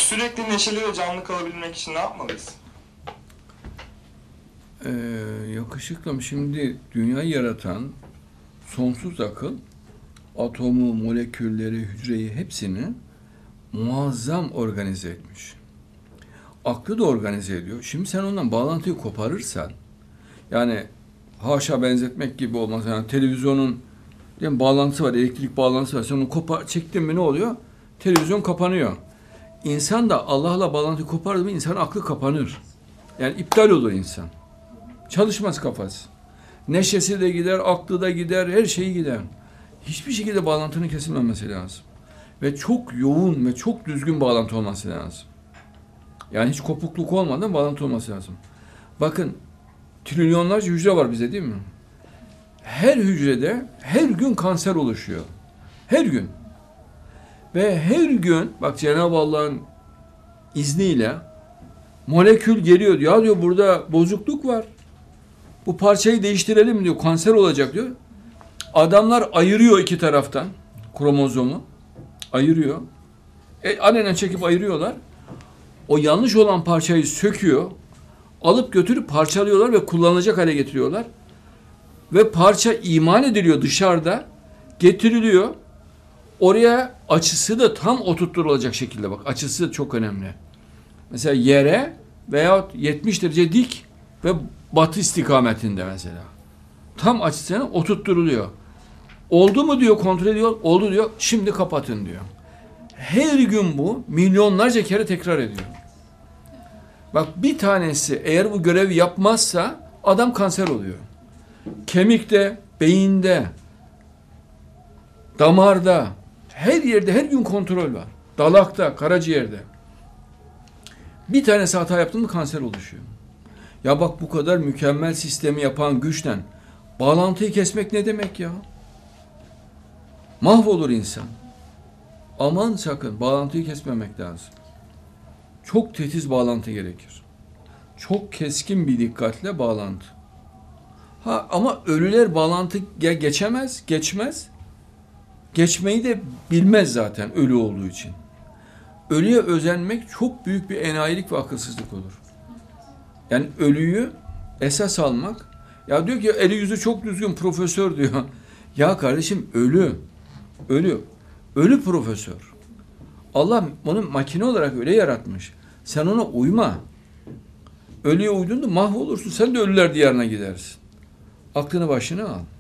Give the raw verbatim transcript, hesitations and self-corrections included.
sürekli neşeli ve canlı kalabilmek için ne yapmalıyız? Ee, yakışıklım, şimdi dünyayı yaratan sonsuz akıl atomu, molekülleri, hücreyi hepsini muazzam organize etmiş. Aklı da organize ediyor. Şimdi sen ondan bağlantıyı koparırsan, yani haşa benzetmek gibi olmaz. Yani televizyonun yani bağlantısı var, elektrik bağlantısı var. Sen onu kopar, çektin mi ne oluyor? Televizyon kapanıyor. İnsan da Allah'la bağlantıyı kopardı mı insan aklı kapanır. Yani iptal olur insan. Çalışmaz kafası. Neşesi de gider, aklı da gider, her şeyi gider. Hiçbir şekilde bağlantının kesilmemesi lazım. Ve çok yoğun ve çok düzgün bağlantı olması lazım. Yani hiç kopukluk olmadan bağlantı olması lazım. Bakın, trilyonlarca hücre var bize, değil mi? Her hücrede her gün kanser oluşuyor. Her gün. Ve her gün bak Cenab-ı Allah'ın izniyle molekül geliyor. Ya diyor burada bozukluk var. Bu parçayı değiştirelim diyor. Kanser olacak diyor. Adamlar ayırıyor iki taraftan kromozomu. Ayırıyor. E, alenen çekip ayırıyorlar. O yanlış olan parçayı söküyor. Alıp götürüp parçalıyorlar ve kullanılacak hale getiriyorlar. Ve parça imal ediliyor dışarıda. Getiriliyor. Oraya açısı da tam oturtturulacak şekilde bak. Açısı çok önemli. Mesela yere veyahut yetmiş derece dik ve batı istikametinde mesela. Tam açısına oturtturuluyor. Oldu mu diyor, kontrol ediyor. Oldu diyor. Şimdi kapatın diyor. Her gün bu milyonlarca kere tekrar ediyor. Bak bir tanesi eğer bu görevi yapmazsa adam kanser oluyor. Kemikte, beyinde, damarda, her yerde her gün kontrol var. Dalakta, karaciğerde. Bir tanesi hata yaptın mı kanser oluşuyor. Ya bak bu kadar mükemmel sistemi yapan güçten bağlantıyı kesmek ne demek ya? Mahvolur insan. Aman sakın bağlantıyı kesmemek lazım. Çok titiz bağlantı gerekir. Çok keskin bir dikkatle bağlantı. Ha ama ölüler bağlantı geçemez, geçmez. Geçmeyi de bilmez zaten ölü olduğu için. Ölüye özenmek çok büyük bir enayilik ve akılsızlık olur. Yani ölüyü esas almak, ya diyor ki eli yüzü çok düzgün profesör diyor. Ya kardeşim ölü, ölü, ölü profesör. Allah onu makine olarak öyle yaratmış. Sen ona uyma. Ölüye uydun da mahvolursun. Sen de ölüler diyarına gidersin. Aklını başına al.